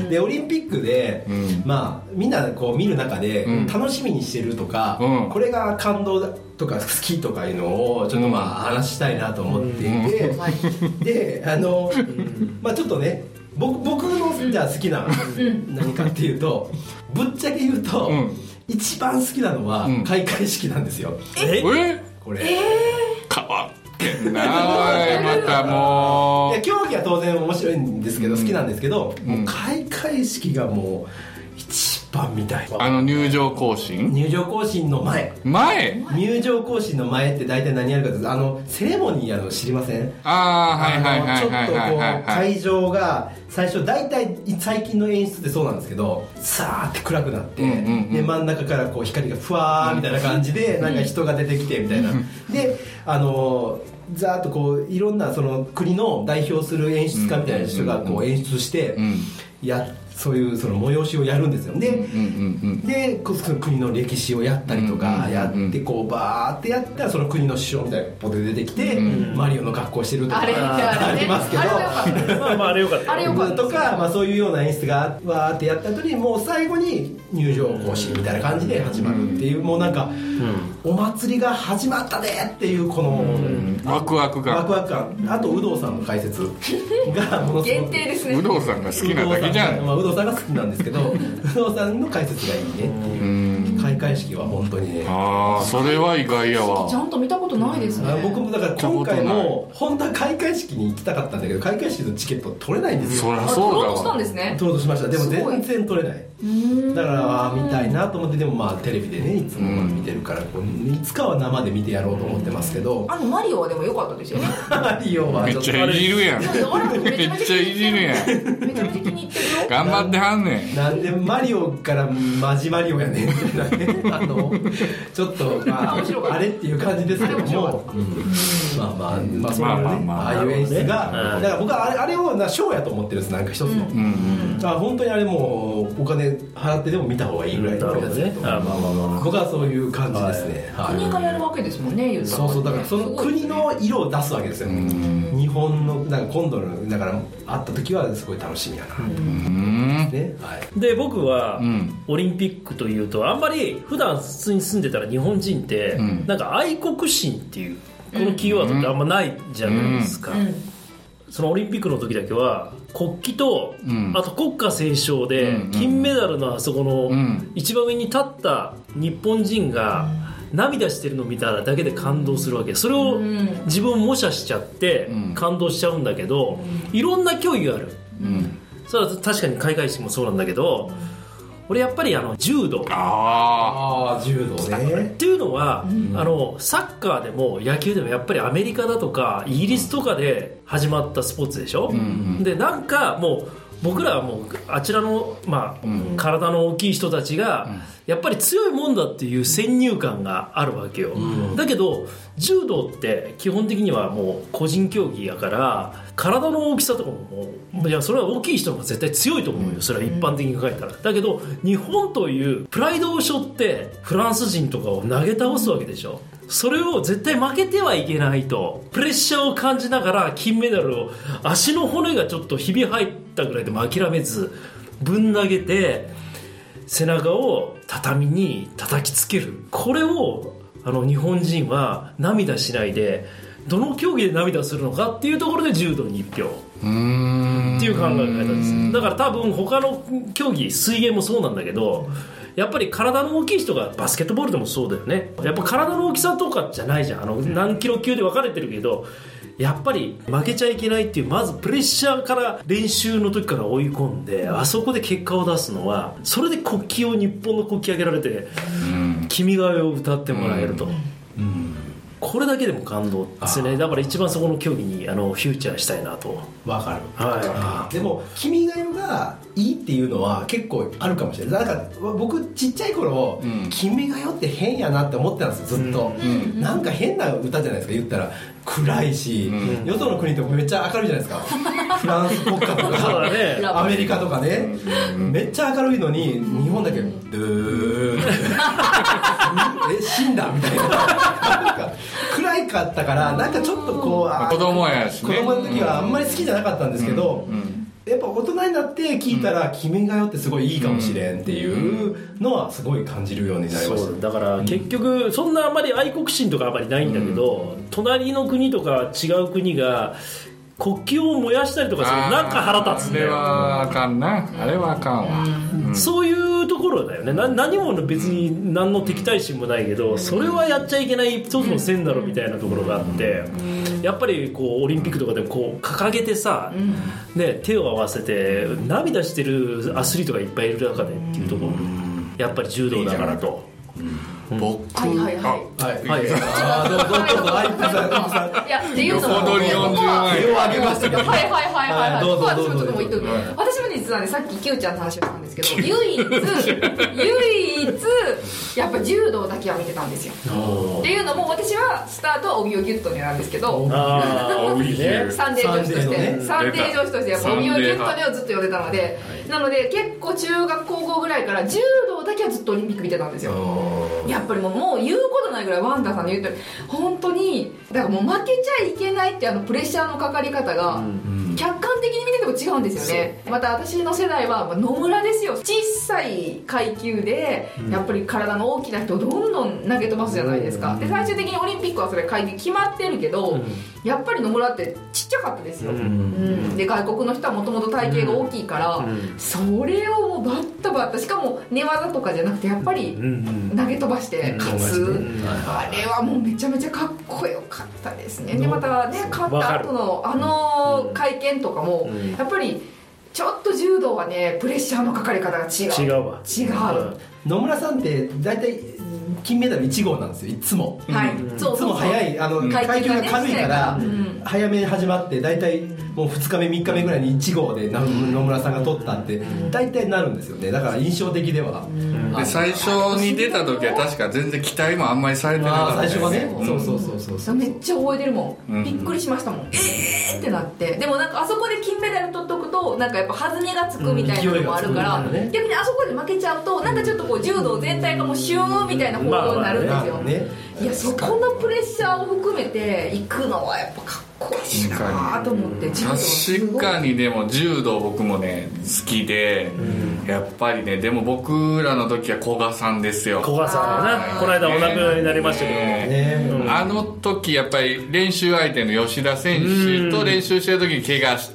でオリンピックで、まあみんなこう見る中で楽しみにしてるとか、これが感動とか好きとかいうのをちょっとまあ話したいなと思っていて、でまあちょっとね僕のじゃあ好きな何かっていうと、ぶっちゃけ言うと、一番好きなのは開会式なんですよ。これ変わってんなおいまたもう。 いや競技は当然面白いんですけど、好きなんですけど、もう開会式がもう一番みたい。 入場行進の前入場行進の前って大体何やるかというと、セレモニー知りません？ちょっとこう会場が最初大体最近の演出ってそうなんですけど、さーって暗くなって、で真ん中からこう光がふわーみたいな感じでなんか人が出てきてみたいな、でざーっとこういろんなその国の代表する演出家みたいな人がこう演出してそういうその催しをやるんですよね。でその国の歴史をやったりとかやってこうバーってやったらその国の首相みたいなポテ出てきて、マリオの格好してるとかありますけど、 あれよかったとか、まあそういうような演出がわーってやった後にもう最後に入場行進みたいな感じで始まるっていう、もうなんかお祭りが始まったねっていうこのワクワク感。 あと有働さんの解説がものすごく限定ですね。 有働さんが好きなだけじゃん。 有働さんが好きなんですけど有働さんの解説がいいねっていう。開会式は本当にね、 それは意外やわ。 ちゃんと見たことないですね。 僕もだから今回も本当は開会式に行きたかったんだけど、開会式のチケット取れないんですよ。 そりゃそうだわ。 取ろうとしたんですね。 取ろうとしました。でも全然取れない。だから見たいなと思って、でもまあテレビでねいつも見てるから、いつかは生で見てやろうと思ってますけど、 マリオはでも良かったですよね。 マリオはめっちゃいじるやん。めっちゃいじるやん。 めちゃめちゃ気に入ってるよ。 頑張ってはんねん。 なんでマリオからマジマリオやねんみたいなねちょっとあれっていう感じですけども、まあそういうね、ああいう演出が、だから僕はあれをショーやと思ってるんです。なんか一つの本当にあれもうお金払ってでも見た方がいいぐらいのやつだと思う。僕はそういう感じですね。 国がやるわけですもんね、言うたら。 そうだからその国の色を出すわけですよ。日本のなんか今度のだから会った時はすごい楽しみやなね。 で僕はオリンピックというと、あんまり普段普通に住んでたら日本人ってなんか愛国心っていうこのキーワードってあんまないじゃないですか。そのオリンピックの時だけは国旗と、あと国歌斉唱で金メダルのあそこの一番上に立った日本人が涙してるのを見ただけで感動するわけ。それを自分模写しちゃって感動しちゃうんだけど、いろんな競技がある。それは確かに開会式もそうなんだけど、俺やっぱり柔道。 柔道ね。 っていうのは、サッカーでも野球でもやっぱりアメリカだとかイギリスとかで始まったスポーツでしょ。でなんかもう僕らはもうあちらの、体の大きい人たちがやっぱり強いもんだっていう先入観があるわけよ。だけど柔道って基本的にはもう個人競技やから、体の大きさとかもいやそれは大きい人の方が絶対強いと思うよ。それは一般的に考えたら。だけど日本というプライドを背負ってフランス人とかを投げ倒すわけでしょ。それを絶対負けてはいけないとプレッシャーを感じながら金メダルを足の骨がちょっとひび入ったぐらいでも諦めずぶん投げて背中を畳に叩きつける。これを日本人は涙しないでどの競技で涙するのかっていうところで柔道に1票。 っていう考え方です。だから多分他の競技、水泳もそうなんだけど、やっぱり体の大きい人がバスケットボールでもそうだよね。やっぱ体の大きさとかじゃないじゃん。何キロ級で分かれてるけど、やっぱり負けちゃいけないっていう、まずプレッシャーから練習の時から追い込んで、あそこで結果を出すのは、それで国旗を、日本の国旗上げられて、君が代を歌ってもらえると、これだけでも感動ですね。だから一番そこの競技にフューチャーしたいなと。 わかる、はい、でも君が代がいいっていうのは結構あるかもしれない。なんか僕ちっちゃい頃、君が代って変やなって思ってたんですよ、ずっと、なんか変な歌じゃないですか、言ったら暗いし、よその国ってめっちゃ明るいじゃないですかフランス国家とかアメリカとかね、めっちゃ明るいのに日本だけドゥー死んだみたいな暗かったから、なんかちょっとこう子供やしね、 子供の時はあんまり好きじゃなかったんですけど、やっぱ大人になって聞いたら、君が代ってすごいいいかもしれんっていうのはすごい感じるようになりました。 そうだから結局そんなあんまり愛国心とかあんまりないんだけど、隣の国とか違う国が国旗を燃やしたりとかするとなんか腹立つんだよ。 あれはあかんな、あれはあかんわ、 そういうところだよね。何も別に何の敵対心もないけど、それはやっちゃいけない一つの線だろみたいなところがあって、やっぱりこうオリンピックとかでもこう掲げてさ、ね、手を合わせて涙してるアスリートがいっぱいいる中でっていうところ、やっぱり柔道だからと。 僕はいはいどうぞいやっていうのも横取り40万円手を挙げましたけど、 はいどうぞ私もちょっともう言っとく、私も実はね、さっきキューちゃんの話をしたんですけど、唯一やっぱ柔道だけは見てたんですよ。っていうのも、私はスタートは帯をギュッとねなんですけど、サンデー女子としてサンデー女子としてやっぱ帯をギュッとねをずっと読んでたので、なので結構中学高校ぐらいから柔道だけはずっとオリンピック見てたんですよ。やっぱりもう言うことないぐらいワンダさんの言うとおり、本当にだからもう負けちゃいけないってプレッシャーのかかり方が客観的に見てても違うんですよね。また私の世代は野村ですよ。小さい階級でやっぱり体の大きな人をどんどん投げ飛ばすじゃないですか。で最終的にオリンピックはそれ階級決まってるけど、やっぱり野村ってちっちゃかったですよ。で外国の人はもともと体型が大きいから、それをもうバッタバッタ、しかも寝技とかじゃなくてやっぱり投げ飛ばして勝つ、あれはもうめちゃめちゃかっこよかったですね。でまたね、勝った後の会見とかもやっぱりちょっと柔道はねプレッシャーのかかり方が違う。 野村さんって大体金メダル1号なんですよ、いつも。 はい、 いつも早い階級が軽いから早めに始まって、大体もう2日目3日目ぐらいに1号で野村さんが取ったって大体なるんですよね。だから印象的では、 で最初に出た時は確か全然期待もあんまりされてなかった、 最初はね、そうめっちゃ覚えてるもん、びっくりしましたもん、ってなって。でもなんかあそこで金メダル取っとくとなんかやっぱ弾みがつくみたいなのもあるから、逆にあそこで負けちゃうとなんかちょっとこう柔道全体がもうシューンみたいな報道になるんですよ、いやそこのプレッシャーを含めていくのはやっぱかっこいいなと思って。 確かにでも柔道僕もね好きで、やっぱりね、でも僕らの時は古賀さんですよ。 古賀さんがね、この間お亡くなりになりましたけど、 あの時やっぱり練習相手の吉田選手と練習してる時に怪我して、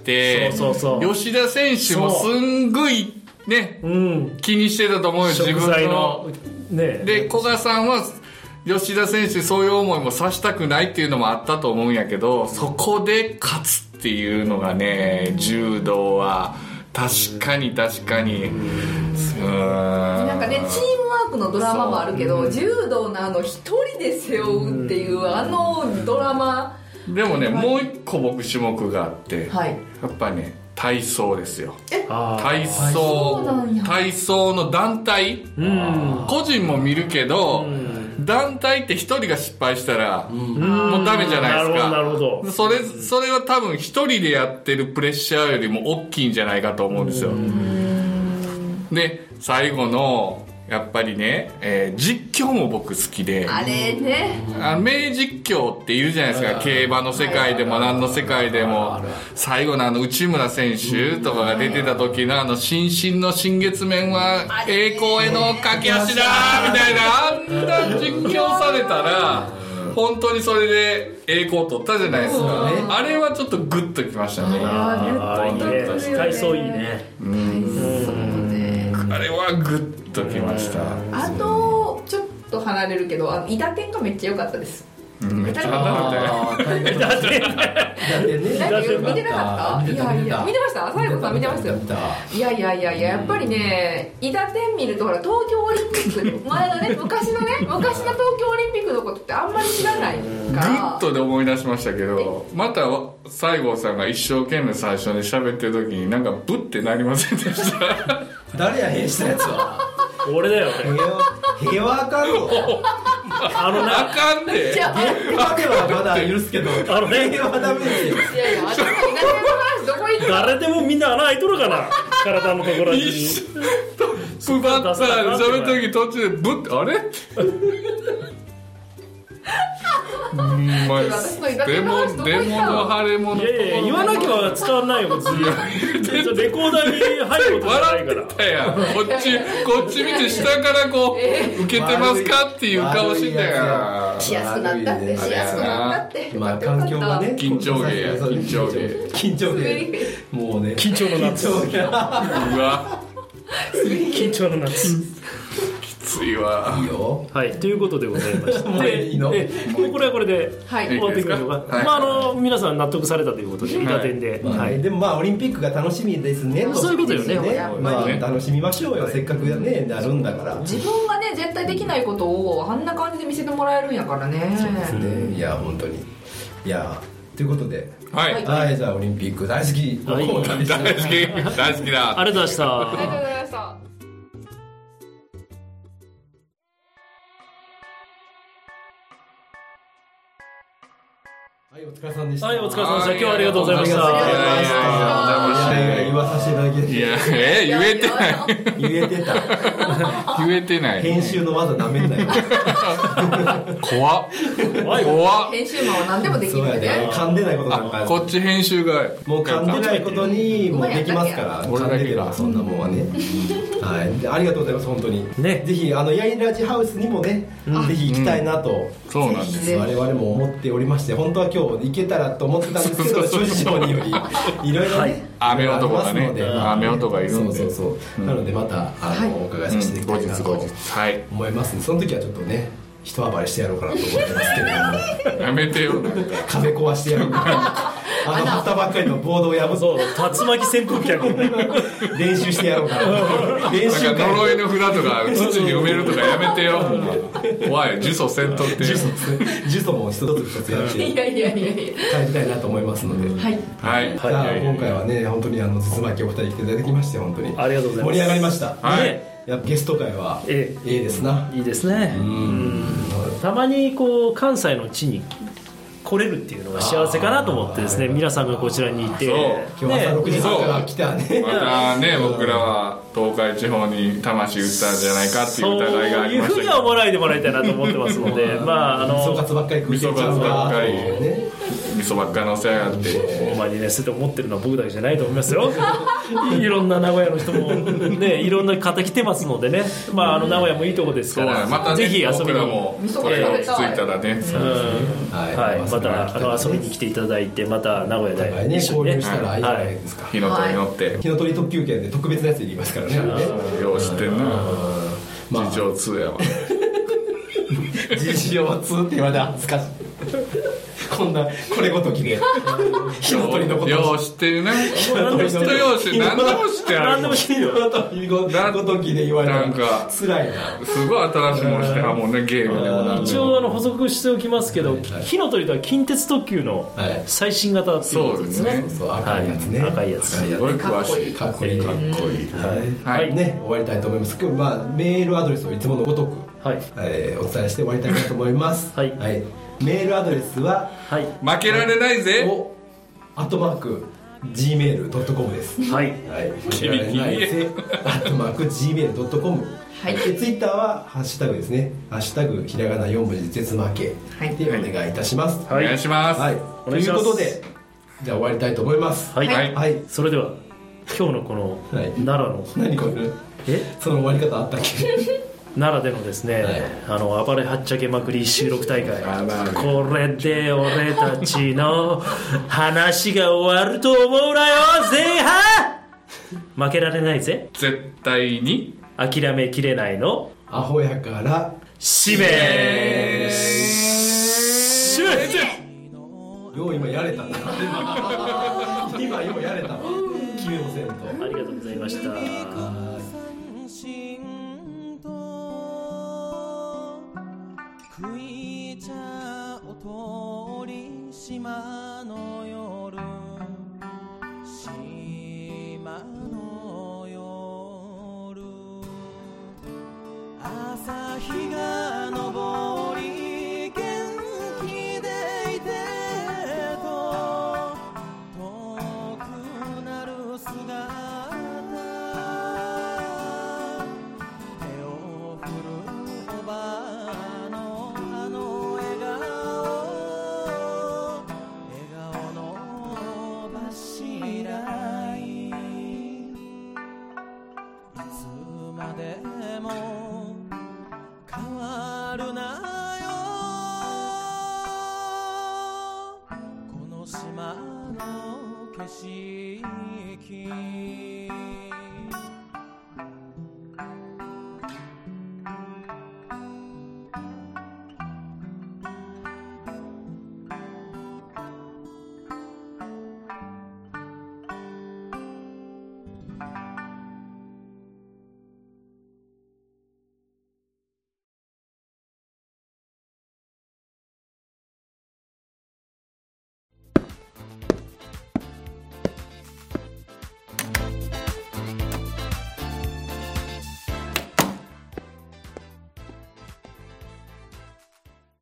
吉田選手もすんごいね、気にしてたと思うよ、自分ので古賀さんは吉田選手そういう思いもさしたくないっていうのもあったと思うんやけど、そこで勝つっていうのがね、柔道は確かになんかねチームワークのドラマもあるけど、柔道の一人で背負うっていうドラマでもね、もう一個僕種目があって、やっぱね体操ですよ。体操の団体、個人も見るけど、団体って一人が失敗したらもうダメじゃないですか。 なるほど。 それは多分一人でやってるプレッシャーよりも大きいんじゃないかと思うんですよ。で最後のやっぱりね、実況も僕好きで、 あれね、 名実況っているじゃないですか、競馬の世界でも何の世界でも。最後の内村選手とかが出てた時の新進の新月面は栄光への駆け足だみたいな、あんな実況されたら本当にそれで栄光を取ったじゃないですか、あれはちょっとグッときましたね。 体操いいね。 あれはグッときました。 あとちょっと離れるけど、伊達天がめっちゃ良かったです。 めっちゃ離れて。 見てなかった？いやいや、見てました？最後さん見てましたよ。いややっぱりね、伊達天見るとほら東京オリンピック前のね昔の東京オリンピックのことってあんまり知らないから。 グッとで思い出しましたけど、また西郷さんが一生懸命最初に喋ってる時になんかブッてなりませんでした？ 誰や変したやつは。 俺だよ。 平和あかんぞ。 あかんで。 平和ではまだ許すけど、平和はダメですよ。 いや頭になってます。どこ行くの？ 誰でもみんな穴開いとるかな。体のところに。 プバッターで喋った時途中でブッてあれ？でもの腫れ物。 いや言わなきゃ伝わんないよ。レコーダーに入ることじゃないから。 笑ってたやん。こっち見て下からこう受けてますかっていう顔してたやん。 しやすくなったって。 まあ環境がね、 緊張芸や。 もうね、 緊張の夏。 うわ。 緊張の夏。 きついわ。 いいよ。 はい、ということでございまして、 いいの？ これはこれで終わっていくのが、皆さん納得されたということで、伊達天で。 でもまあオリンピックが楽しみですね。 そういうことよね。 楽しみましょうよ。せっかくねなるんだから。 自分がね絶対できないことをあんな感じで見せてもらえるんやからね。 そうですね。いや本当に。いやということで、 はいじゃあオリンピック大好き。 大好きだ。 ありがとうございました。 ありがとうございました。 はい、お疲れ様でした。 はい、お疲れ様でした。今日はありがとうございました。 言わさせていただき。 いや、言えてない。言えてない。 編集の技なめんなよ。 怖っ。 編集マンは何でもできるんでね。 噛んでないことなんか。 こっち編集が。 もう噛んでないことにもうできますから。噛んでてればそんなもんはね。はい、ありがとうございます本当に。 ね、 ぜひヤイラジハウスにもね、ぜひ行きたいなと。 そうなんです。 我々も思っておりまして、本当は今日行けたらと思ってたんですけど、諸事情によりいろいろね、 雨男がね、雨男がいるんで、 なのでまたお伺いさせていただきたいなと思いますので、その時はちょっとね一暴れしてやろうかなと思ってますけれども。 やめてよ。 壁壊してやろうかな。貼ったばっかりのボードを破そう竜巻旋風脚練習してやろうかな。練習会。呪いの札とか土に埋めるとかやめてよ。怖い。呪詛せんとって。 呪詛も一つ一つやって。 いや帰りたいなと思いますので。 はい。 さあ今回はね本当に筒巻お二人来ていただきまして本当にありがとうございます。 盛り上がりました。 はい。 やっぱゲスト会はですな。 いいですね。たまにこう関西の地に来れるっていうのが幸せかなと思ってですね、皆さんがこちらにいて、 今日朝6時から来たね。 またね、僕らは東海地方に魂売ったんじゃないかっていう疑いがありましたけど、 そういうふうには思わないでもらいたいなと思ってますので、 味噌カツばっかり食ってちゃうわ。 味噌ばっかりのせやがって。 ほんまにね、そうやって思ってるのは僕だけじゃないと思いますよ。いろんな名古屋の人もね、いろんな方来てますのでね、名古屋もいいとこですから、 またぜひ遊びに。 僕らもこれが落ち着いたらね。 はい。また遊びに来ていただいて、また名古屋で一緒に交流したらいいじゃないですか。 火の鳥乗って火の鳥特急券で特別なやつで行きますからね。 よう知ってんな。事情2やわ。 事情2って言われたら恥ずかしい。こんなこれごときで火の鳥のことよう知ってるね。何でも知ってるよ。何でも知ってる。 何でも知ってるよ。 火の鳥ごときで言われたら辛いな。 すごい新しいものしてはもうねゲームでも一応補足しておきますけど、火の鳥とは近鉄特急の最新型っていうことですね。 そう赤いやつね。 赤いやつ。 すごい詳しい。 かっこいい。 はいね終わりたいと思います。今日メールアドレスをいつものごとくお伝えして終わりたいなと思います。はい。メールアドレスは負けられないぜ @gmail.com です。 はい。 負けられないぜ@gmail.com。ツイッターはハッシュタグですね。ハッシュタグひらがな4文字絶負けでお願いいたします。 お願いします。 ということでじゃあ終わりたいと思います。 はい。それでは今日のこの奈良の何これその終わり方あったっけ？ ならでのですね、暴れはっちゃけまくり収録大会、これで俺たちの話が終わると思うなよ前半負けられないぜ絶対に諦めきれないのアホやから使命よう今やれたな今ようやれたわ決めもせんとありがとうございました食い茶を通り島の夜島の夜朝日が昇り元気でいてと遠くなる姿手を振るおばあのあの笑顔の柱いつまでも変わるなよこの島の景色